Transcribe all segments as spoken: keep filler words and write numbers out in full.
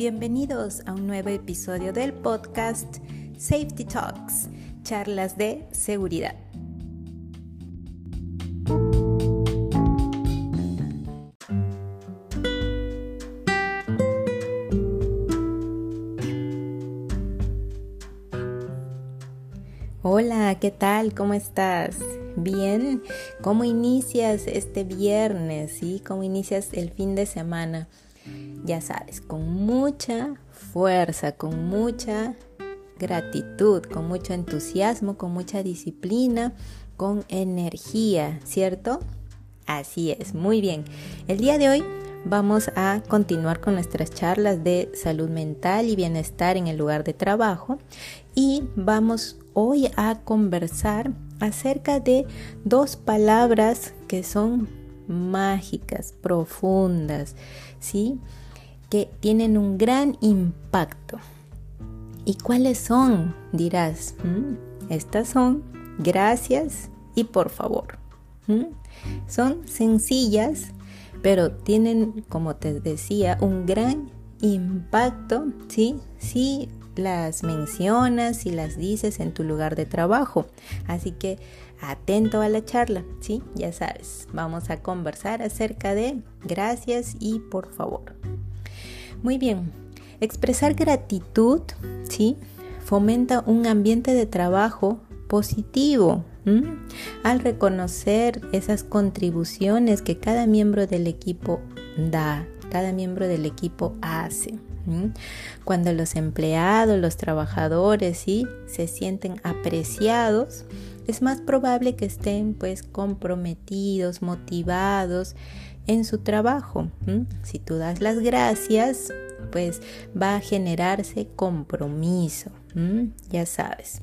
Bienvenidos a un nuevo episodio del podcast Safety Talks, charlas de seguridad. Hola, ¿qué tal? ¿Cómo estás? Bien, ¿cómo inicias este viernes? ¿Sí? ¿Cómo inicias el fin de semana? Ya sabes, con mucha fuerza, con mucha gratitud, con mucho entusiasmo, con mucha disciplina, con energía, ¿cierto? Así es, muy bien. El día de hoy vamos a continuar con nuestras charlas de salud mental y bienestar en el lugar de trabajo y vamos hoy a conversar acerca de dos palabras que son mágicas, profundas, ¿sí? Que tienen un gran impacto. ¿Y cuáles son? Dirás, ¿Mm? Estas son gracias y por favor. ¿Mm? Son sencillas, pero tienen, como te decía, un gran impacto, ¿sí? Si las mencionas, si las dices en tu lugar de trabajo. Así que atento a la charla, ¿sí? Ya sabes, vamos a conversar acerca de gracias y por favor. Muy bien, expresar gratitud, ¿sí? Fomenta un ambiente de trabajo positivo, ¿m? Al reconocer esas contribuciones que cada miembro del equipo da, cada miembro del equipo hace. ¿m? Cuando los empleados, los trabajadores, ¿sí? se sienten apreciados, es más probable que estén pues comprometidos, motivados en su trabajo. ¿m? Si tú das las gracias, pues va a generarse compromiso. ¿m? Ya sabes.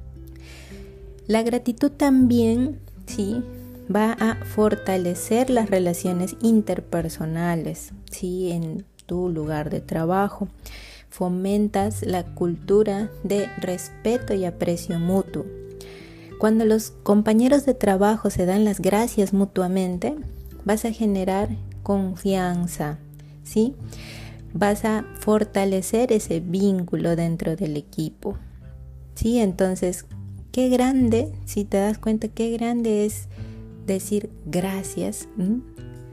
La gratitud también, ¿sí? va a fortalecer las relaciones interpersonales, ¿sí? en tu lugar de trabajo. Fomentas la cultura de respeto y aprecio mutuo. Cuando los compañeros de trabajo se dan las gracias mutuamente, vas a generar confianza, ¿sí? Vas a fortalecer ese vínculo dentro del equipo, ¿sí? Entonces, qué grande, si te das cuenta, qué grande es decir gracias. ¿m?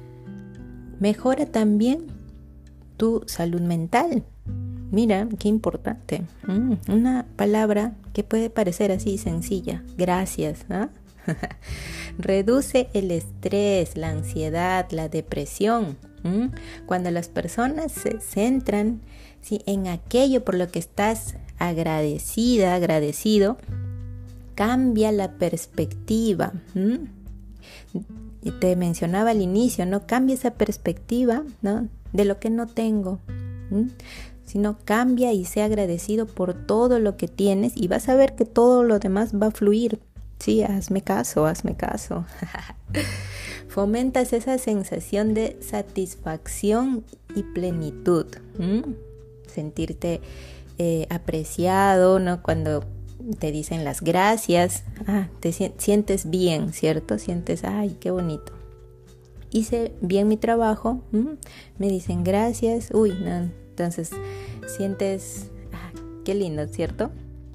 Mejora también tu salud mental. Mira, qué importante. Mm, una palabra que puede parecer así sencilla. Gracias, ¿no? Reduce el estrés, la ansiedad, la depresión. ¿Mm? Cuando las personas se centran, ¿sí? en aquello por lo que estás agradecida, agradecido, cambia la perspectiva. ¿Mm? Y te mencionaba al inicio, ¿no? Cambia esa perspectiva, ¿no? de lo que no tengo. ¿Mm? Sino cambia y sea agradecido por todo lo que tienes y vas a ver que todo lo demás va a fluir. Sí, hazme caso, hazme caso. Fomentas esa sensación de satisfacción y plenitud. ¿Mm? Sentirte eh, apreciado, ¿no? Cuando te dicen las gracias, ah, te si- sientes bien, ¿cierto? Sientes, ay, qué bonito. Hice bien mi trabajo, ¿Mm? me dicen gracias, uy, no. Entonces sientes, ah, qué lindo, ¿cierto?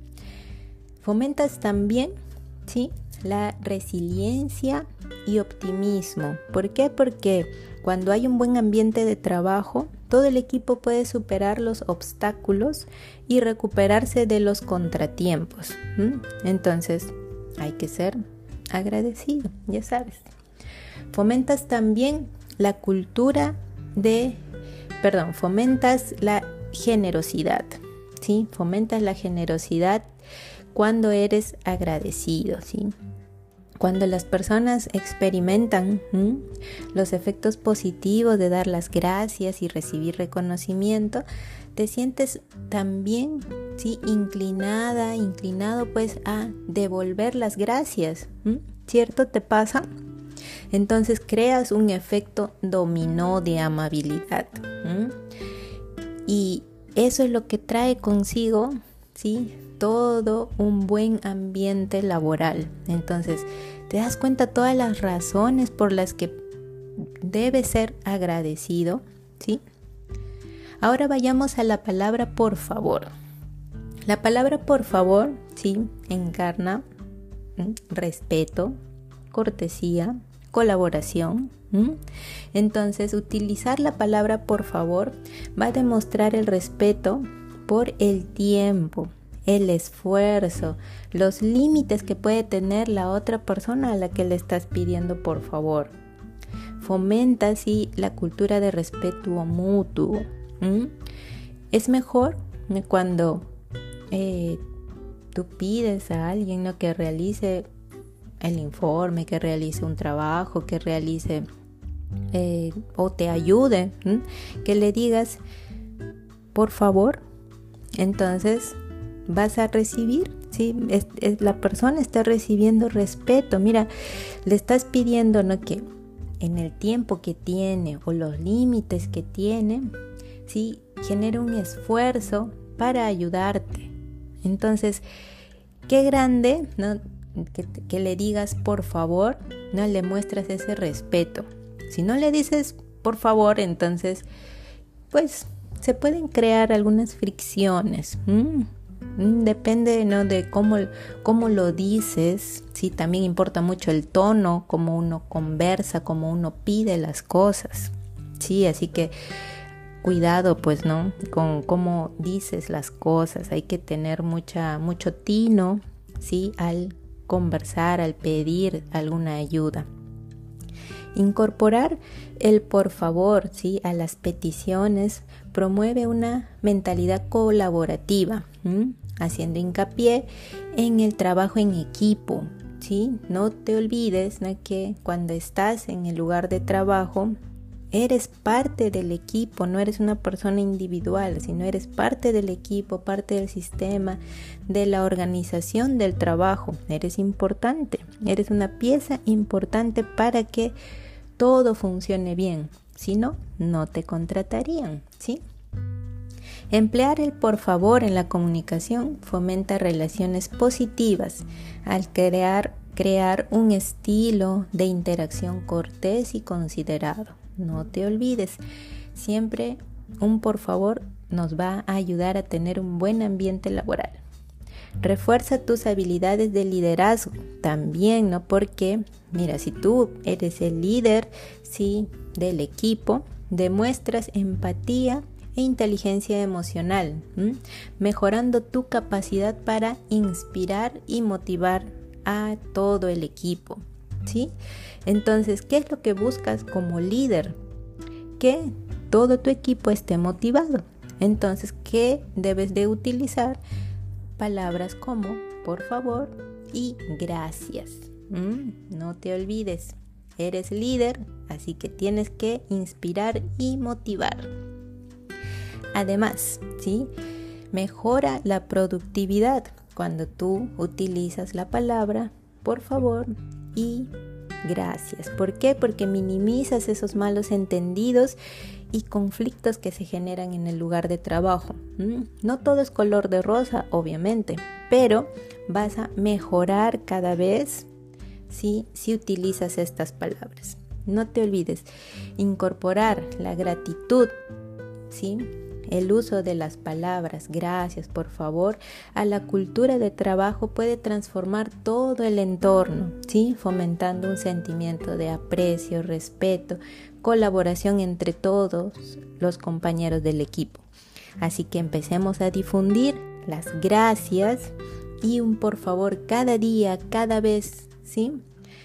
Fomentas también, ¿sí? la resiliencia y optimismo. ¿Por qué? Porque cuando hay un buen ambiente de trabajo, todo el equipo puede superar los obstáculos y recuperarse de los contratiempos. ¿Mm? Entonces, hay que ser agradecido, ya sabes. Fomentas también la cultura de, perdón, fomentas la generosidad, ¿sí? Fomentas la generosidad cuando eres agradecido, ¿sí? Cuando las personas experimentan ¿m? los efectos positivos de dar las gracias y recibir reconocimiento, te sientes también, ¿sí? inclinada, inclinado pues a devolver las gracias, ¿m? ¿cierto? ¿Te pasa? Entonces creas un efecto dominó de amabilidad. ¿m? Y eso es lo que trae consigo, ¿sí? todo un buen ambiente laboral. Entonces, te das cuenta todas las razones por las que debes ser agradecido, ¿sí? Ahora vayamos a la palabra por favor. La palabra por favor, sí, encarna ¿m? respeto, cortesía, colaboración. ¿m? Entonces, utilizar la palabra por favor va a demostrar el respeto por el tiempo, el esfuerzo, los límites que puede tener la otra persona a la que le estás pidiendo por favor. Fomenta así la cultura de respeto mutuo. ¿m? Es mejor cuando eh, tú pides a alguien, ¿no?, que realice el informe, que realice un trabajo, que realice eh, o te ayude, ¿m? que le digas por favor. Entonces vas a recibir, ¿sí? Es, es, la persona está recibiendo respeto. Mira, le estás pidiendo, ¿no?, que en el tiempo que tiene o los límites que tiene, ¿sí?, genere un esfuerzo para ayudarte. Entonces, qué grande, ¿no?, que, que le digas por favor, ¿no?, le muestras ese respeto. Si no le dices por favor, entonces, pues, se pueden crear algunas fricciones. ¿Mm? Depende, ¿no?, de cómo, cómo lo dices. Sí, también importa mucho el tono, cómo uno conversa, cómo uno pide las cosas. Sí, así que cuidado, pues, ¿no?, con cómo dices las cosas. Hay que tener mucha, mucho tino, sí, al conversar, al pedir alguna ayuda. Incorporar el por favor, ¿sí?, a las peticiones promueve una mentalidad colaborativa, ¿m? haciendo hincapié en el trabajo en equipo, ¿sí? No te olvides, ¿no?, que cuando estás en el lugar de trabajo eres parte del equipo, no eres una persona individual, sino eres parte del equipo, parte del sistema, de la organización del trabajo. Eres importante, eres una pieza importante para que todo funcione bien. Si no, no te contratarían, ¿sí? Emplear el por favor en la comunicación fomenta relaciones positivas al crear, crear un estilo de interacción cortés y considerado. No te olvides, siempre un por favor nos va a ayudar a tener un buen ambiente laboral. Refuerza tus habilidades de liderazgo también, ¿no? Porque, mira, si tú eres el líder, sí, del equipo, demuestras empatía e inteligencia emocional, ¿m? mejorando tu capacidad para inspirar y motivar a todo el equipo, ¿sí? Entonces, ¿qué es lo que buscas como líder? Que todo tu equipo esté motivado. Entonces, ¿qué debes de utilizar? Palabras como por favor y gracias. ¿Mm? No te olvides, eres líder, así que tienes que inspirar y motivar. Además, ¿sí?, mejora la productividad cuando tú utilizas la palabra por favor y gracias. ¿Por qué? Porque minimizas esos malos entendidos y conflictos que se generan en el lugar de trabajo. ¿Mm? No todo es color de rosa, obviamente, pero vas a mejorar cada vez, ¿sí?, si utilizas estas palabras. No te olvides incorporar la gratitud, ¿sí?, el uso de las palabras gracias, por favor, a la cultura de trabajo puede transformar todo el entorno, ¿sí?, fomentando un sentimiento de aprecio, respeto, colaboración entre todos los compañeros del equipo. Así que empecemos a difundir las gracias y un por favor cada día, cada vez, ¿sí?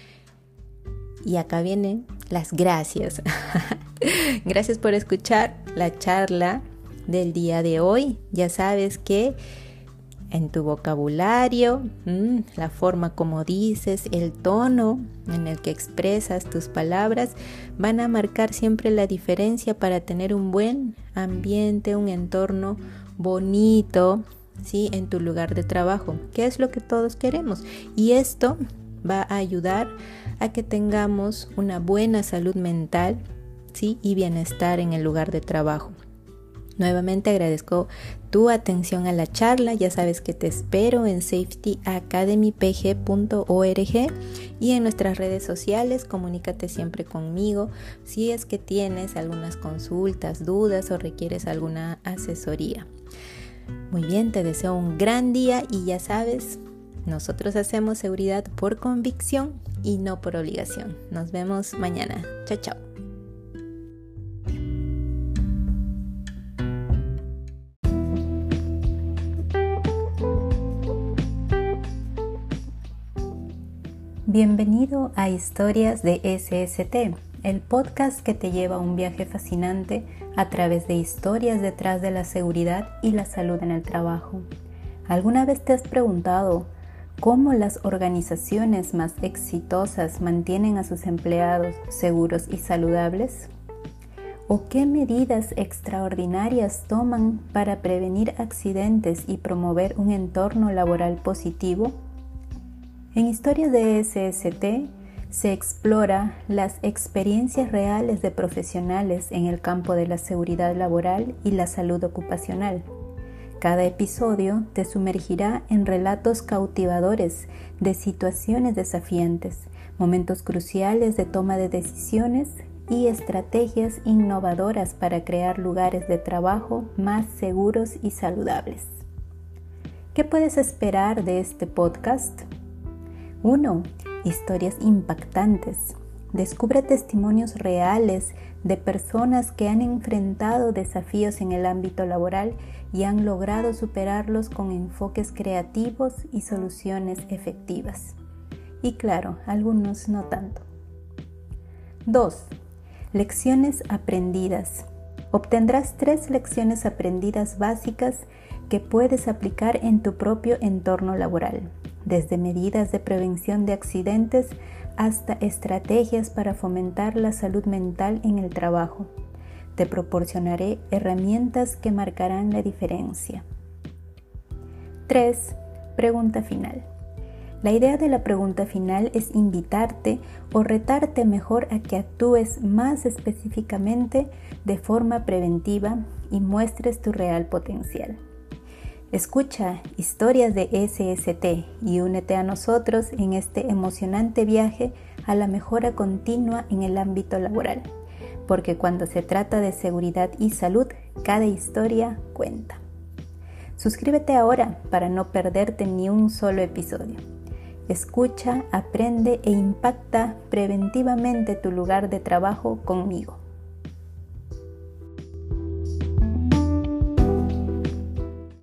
Y acá vienen las gracias. Gracias por escuchar la charla del día de hoy. Ya sabes que en tu vocabulario, mmm, la forma como dices, el tono en el que expresas tus palabras van a marcar siempre la diferencia para tener un buen ambiente, un entorno bonito, ¿sí?, en tu lugar de trabajo, que es lo que todos queremos. Y esto va a ayudar a que tengamos una buena salud mental, ¿sí?, y bienestar en el lugar de trabajo. Nuevamente agradezco tu atención a la charla. Ya sabes que te espero en safety academy p g punto org y en nuestras redes sociales. Comunícate siempre conmigo si es que tienes algunas consultas, dudas o requieres alguna asesoría. Muy bien, te deseo un gran día y ya sabes, nosotros hacemos seguridad por convicción y no por obligación. Nos vemos mañana. Chao, chao. Bienvenido a Historias de S S T, el podcast que te lleva a un viaje fascinante a través de historias detrás de la seguridad y la salud en el trabajo. ¿Alguna vez te has preguntado cómo las organizaciones más exitosas mantienen a sus empleados seguros y saludables? ¿O qué medidas extraordinarias toman para prevenir accidentes y promover un entorno laboral positivo? En Historias de S S T se explora las experiencias reales de profesionales en el campo de la seguridad laboral y la salud ocupacional. Cada episodio te sumergirá en relatos cautivadores de situaciones desafiantes, momentos cruciales de toma de decisiones y estrategias innovadoras para crear lugares de trabajo más seguros y saludables. ¿Qué puedes esperar de este podcast? uno. Historias impactantes. Descubre testimonios reales de personas que han enfrentado desafíos en el ámbito laboral y han logrado superarlos con enfoques creativos y soluciones efectivas. Y claro, algunos no tanto. dos. Lecciones aprendidas. Obtendrás tres lecciones aprendidas básicas que puedes aplicar en tu propio entorno laboral, desde medidas de prevención de accidentes hasta estrategias para fomentar la salud mental en el trabajo. Te proporcionaré herramientas que marcarán la diferencia. tres. Pregunta final. La idea de la pregunta final es invitarte o retarte mejor a que actúes más específicamente de forma preventiva y muestres tu real potencial. Escucha Historias de S S T y únete a nosotros en este emocionante viaje a la mejora continua en el ámbito laboral, porque cuando se trata de seguridad y salud, cada historia cuenta. Suscríbete ahora para no perderte ni un solo episodio. Escucha, aprende e impacta preventivamente tu lugar de trabajo conmigo.